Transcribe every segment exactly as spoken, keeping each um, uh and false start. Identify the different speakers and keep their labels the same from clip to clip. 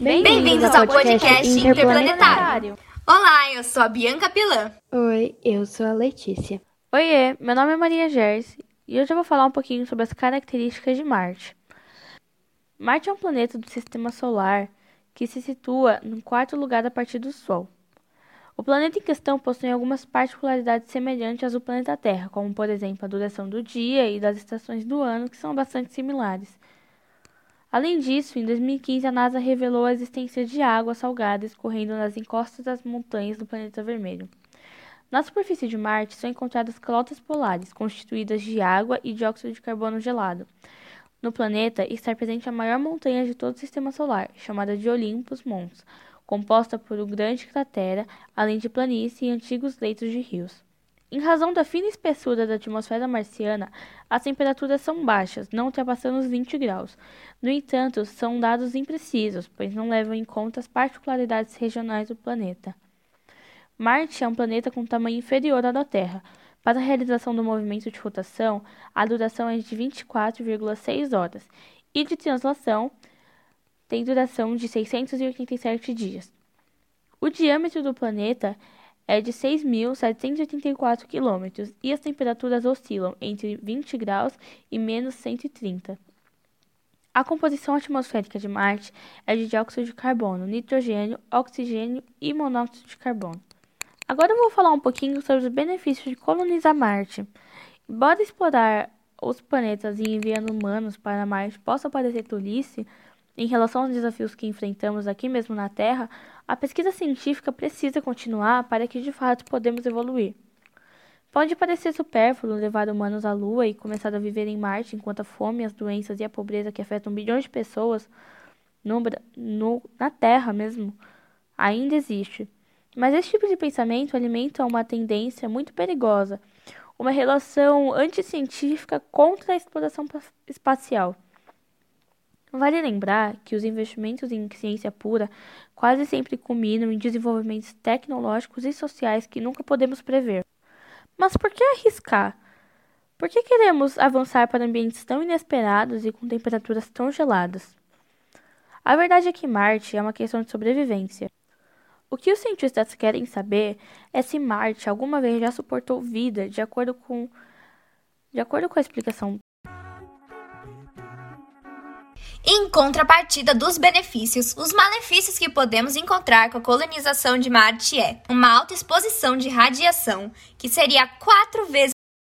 Speaker 1: Bem-vindos ao podcast Interplanetário. Olá, eu sou a Bianca Pilã.
Speaker 2: Oi, eu sou a Letícia.
Speaker 3: Oiê, meu nome é Maria Gersi e hoje eu vou falar um pouquinho sobre as características de Marte. Marte é um planeta do Sistema Solar que se situa no quarto lugar a partir do Sol. O planeta em questão possui algumas particularidades semelhantes às do planeta Terra, como, por exemplo, a duração do dia e das estações do ano, que são bastante similares. Além disso, em dois mil e quinze, a NASA revelou a existência de água salgada escorrendo nas encostas das montanhas do planeta vermelho. Na superfície de Marte são encontradas calotas polares, constituídas de água e dióxido de carbono gelado. No planeta está presente a maior montanha de todo o Sistema Solar, chamada de Olympus Mons, composta por uma grande cratera, além de planície e antigos leitos de rios. Em razão da fina espessura da atmosfera marciana, as temperaturas são baixas, não ultrapassando os vinte graus. No entanto, são dados imprecisos, pois não levam em conta as particularidades regionais do planeta. Marte é um planeta com tamanho inferior ao da Terra. Para a realização do movimento de rotação, a duração é de vinte e quatro vírgula seis horas, e de translação tem duração de seiscentos e oitenta e sete dias. O diâmetro do planeta é de seis mil setecentos e oitenta e quatro quilômetros e as temperaturas oscilam entre vinte graus e menos cento e trinta. A composição atmosférica de Marte é de dióxido de carbono, nitrogênio, oxigênio e monóxido de carbono. Agora eu vou falar um pouquinho sobre os benefícios de colonizar Marte. Embora explorar os planetas e enviando humanos para Marte possa parecer tolice, em relação aos desafios que enfrentamos aqui mesmo na Terra, a pesquisa científica precisa continuar para que de fato podemos evoluir. Pode parecer supérfluo levar humanos à Lua e começar a viver em Marte enquanto a fome, as doenças e a pobreza que afetam bilhões de pessoas no, no, na Terra mesmo ainda existe. Mas esse tipo de pensamento alimenta uma tendência muito perigosa, uma relação anticientífica contra a exploração espacial. Vale lembrar que os investimentos em ciência pura quase sempre culminam em desenvolvimentos tecnológicos e sociais que nunca podemos prever. Mas por que arriscar? Por que queremos avançar para ambientes tão inesperados e com temperaturas tão geladas? A verdade é que Marte é uma questão de sobrevivência. O que os cientistas querem saber é se Marte alguma vez já suportou vida de acordo com, de acordo com a explicação.
Speaker 1: Em contrapartida dos benefícios, os malefícios que podemos encontrar com a colonização de Marte é uma alta exposição de radiação, que seria quatro vezes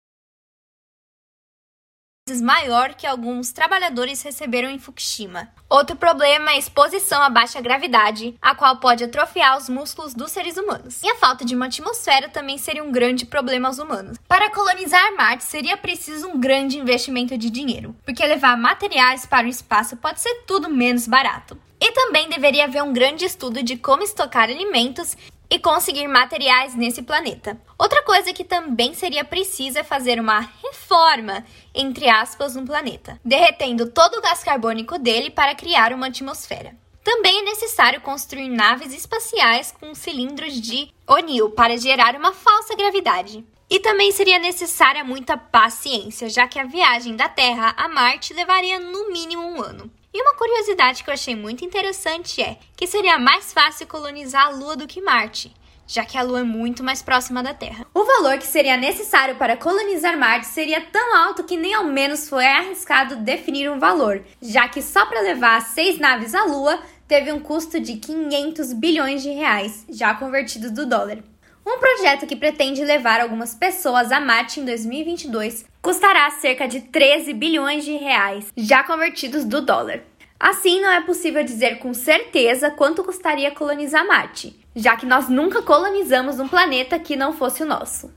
Speaker 1: maior que alguns trabalhadores receberam em Fukushima. Outro problema é a exposição à baixa gravidade, a qual pode atrofiar os músculos dos seres humanos. E a falta de uma atmosfera também seria um grande problema aos humanos. Para colonizar Marte seria preciso um grande investimento de dinheiro, porque levar materiais para o espaço pode ser tudo menos barato. E também deveria haver um grande estudo de como estocar alimentos e conseguir materiais nesse planeta. Outra coisa que também seria preciso é fazer uma reforma, entre aspas, no planeta, derretendo todo o gás carbônico dele para criar uma atmosfera. Também é necessário construir naves espaciais com cilindros de O'Neill para gerar uma falsa gravidade. E também seria necessária muita paciência, já que a viagem da Terra a Marte levaria no mínimo um ano. E uma curiosidade que eu achei muito interessante é que seria mais fácil colonizar a Lua do que Marte, já que a Lua é muito mais próxima da Terra. O valor que seria necessário para colonizar Marte seria tão alto que nem ao menos foi arriscado definir um valor, já que só para levar seis naves à Lua teve um custo de quinhentos bilhões de reais, já convertidos do dólar. Um projeto que pretende levar algumas pessoas a Marte em dois mil e vinte e dois custará cerca de treze bilhões de reais, já convertidos do dólar. Assim, não é possível dizer com certeza quanto custaria colonizar Marte, já que nós nunca colonizamos um planeta que não fosse o nosso.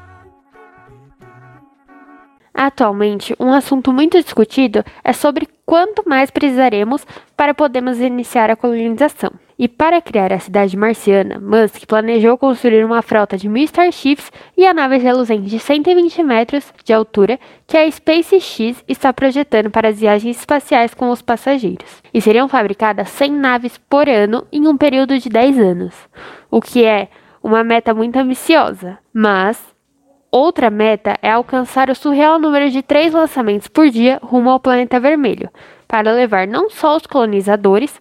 Speaker 2: Atualmente, um assunto muito discutido é sobre quanto mais precisaremos para podermos iniciar a colonização. E para criar a cidade marciana, Musk planejou construir uma frota de mil Starships e a nave reluzente de cento e vinte metros de altura que a SpaceX está projetando para as viagens espaciais com os passageiros. E seriam fabricadas cem naves por ano em um período de dez anos, o que é uma meta muito ambiciosa, mas outra meta é alcançar o surreal número de três lançamentos por dia rumo ao planeta vermelho, para levar não só os colonizadores,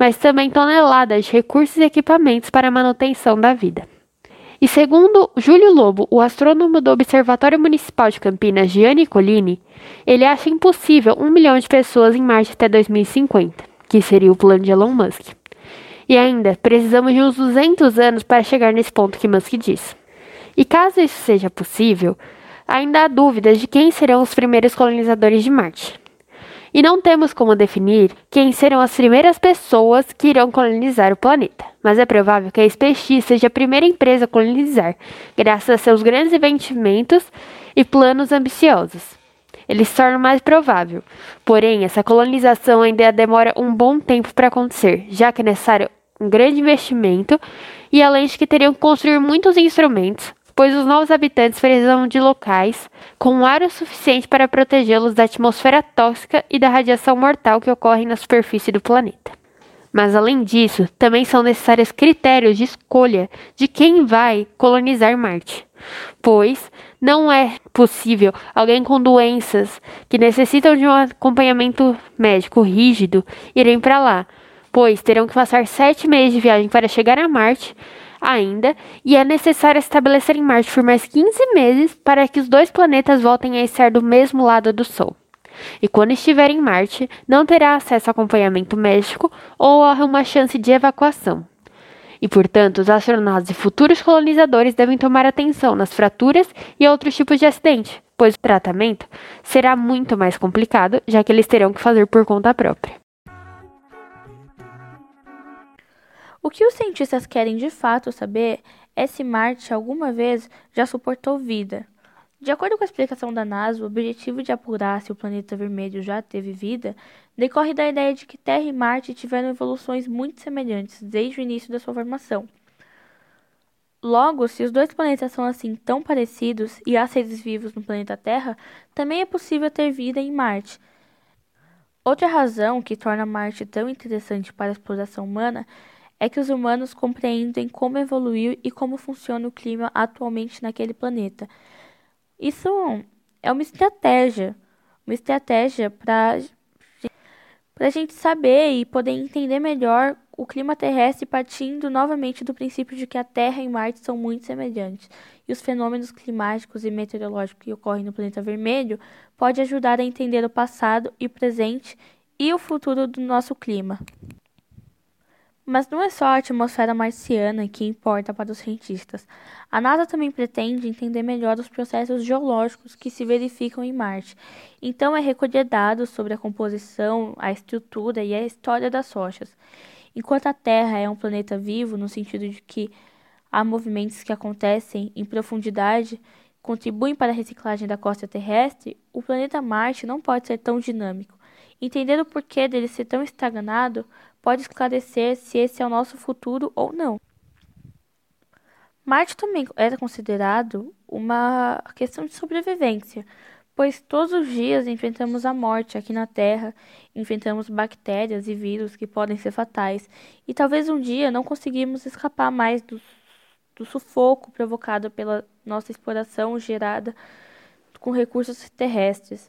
Speaker 2: mas também toneladas de recursos e equipamentos para a manutenção da vida. E segundo Júlio Lobo, o astrônomo do Observatório Municipal de Campinas, Gianni Collini, ele acha impossível um milhão de pessoas em Marte até dois mil e cinquenta, que seria o plano de Elon Musk. E ainda, precisamos de uns duzentos anos para chegar nesse ponto que Musk diz. E caso isso seja possível, ainda há dúvidas de quem serão os primeiros colonizadores de Marte. E não temos como definir quem serão as primeiras pessoas que irão colonizar o planeta, mas é provável que a SpaceX seja a primeira empresa a colonizar, graças a seus grandes investimentos e planos ambiciosos. Ele se torna mais provável, porém essa colonização ainda demora um bom tempo para acontecer, já que é necessário um grande investimento e além de que teriam que construir muitos instrumentos, pois os novos habitantes precisam de locais com ar o suficiente para protegê-los da atmosfera tóxica e da radiação mortal que ocorre na superfície do planeta. Mas, além disso, também são necessários critérios de escolha de quem vai colonizar Marte, pois não é possível alguém com doenças que necessitam de um acompanhamento médico rígido irem para lá, pois terão que passar sete meses de viagem para chegar a Marte ainda, e é necessário estabelecer em Marte por mais quinze meses para que os dois planetas voltem a estar do mesmo lado do Sol. E quando estiver em Marte, não terá acesso a acompanhamento médico ou a uma chance de evacuação. E, portanto, os astronautas e futuros colonizadores devem tomar atenção nas fraturas e outros tipos de acidente, pois o tratamento será muito mais complicado, já que eles terão que fazer por conta própria.
Speaker 3: O que os cientistas querem de fato saber é se Marte alguma vez já suportou vida. De acordo com a explicação da NASA, o objetivo de apurar se o planeta vermelho já teve vida decorre da ideia de que Terra e Marte tiveram evoluções muito semelhantes desde o início da sua formação. Logo, se os dois planetas são assim tão parecidos e há seres vivos no planeta Terra, também é possível ter vida em Marte. Outra razão que torna Marte tão interessante para a exploração humana é que os humanos compreendem como evoluiu e como funciona o clima atualmente naquele planeta. Isso é uma estratégia, uma estratégia para a gente saber e poder entender melhor o clima terrestre, partindo novamente do princípio de que a Terra e Marte são muito semelhantes. E os fenômenos climáticos e meteorológicos que ocorrem no planeta vermelho podem ajudar a entender o passado e o presente e o futuro do nosso clima. Mas não é só a atmosfera marciana que importa para os cientistas. A NASA também pretende entender melhor os processos geológicos que se verificam em Marte. Então é recolher dados sobre a composição, a estrutura e a história das rochas. Enquanto a Terra é um planeta vivo, no sentido de que há movimentos que acontecem em profundidade, contribuem para a reciclagem da crosta terrestre, o planeta Marte não pode ser tão dinâmico. Entender o porquê dele ser tão estagnado pode esclarecer se esse é o nosso futuro ou não. Marte também era considerado uma questão de sobrevivência, pois todos os dias enfrentamos a morte aqui na Terra, enfrentamos bactérias e vírus que podem ser fatais, e talvez um dia não conseguimos escapar mais do, do sufoco provocado pela nossa exploração gerada com recursos terrestres.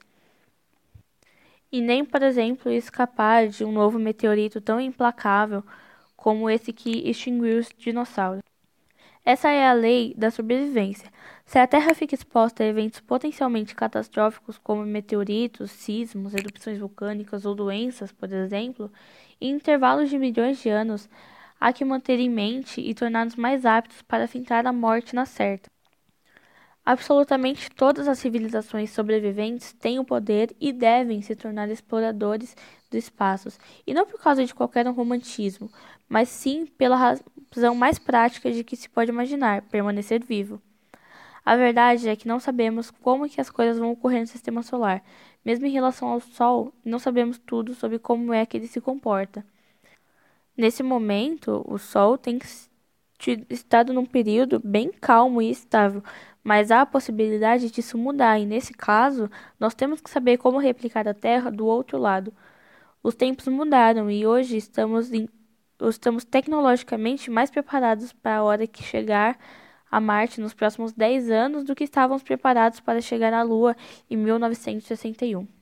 Speaker 3: E nem, por exemplo, escapar de um novo meteorito tão implacável como esse que extinguiu os dinossauros. Essa é a lei da sobrevivência. Se a Terra fica exposta a eventos potencialmente catastróficos como meteoritos, sismos, erupções vulcânicas ou doenças, por exemplo, em intervalos de milhões de anos, há que manter em mente e torná-los mais aptos para fintar a morte na certa. Absolutamente todas as civilizações sobreviventes têm o poder e devem se tornar exploradores do espaço, e não por causa de qualquer romantismo, mas sim pela razão mais prática de que se pode imaginar, permanecer vivo. A verdade é que não sabemos como que as coisas vão ocorrer no sistema solar. Mesmo em relação ao Sol, não sabemos tudo sobre como é que ele se comporta. Nesse momento, o Sol tem estado num período bem calmo e estável, mas há a possibilidade disso mudar, e nesse caso, nós temos que saber como replicar a Terra do outro lado. Os tempos mudaram e hoje estamos, em, estamos tecnologicamente mais preparados para a hora que chegar a Marte nos próximos dez anos do que estávamos preparados para chegar à Lua em mil novecentos e sessenta e um.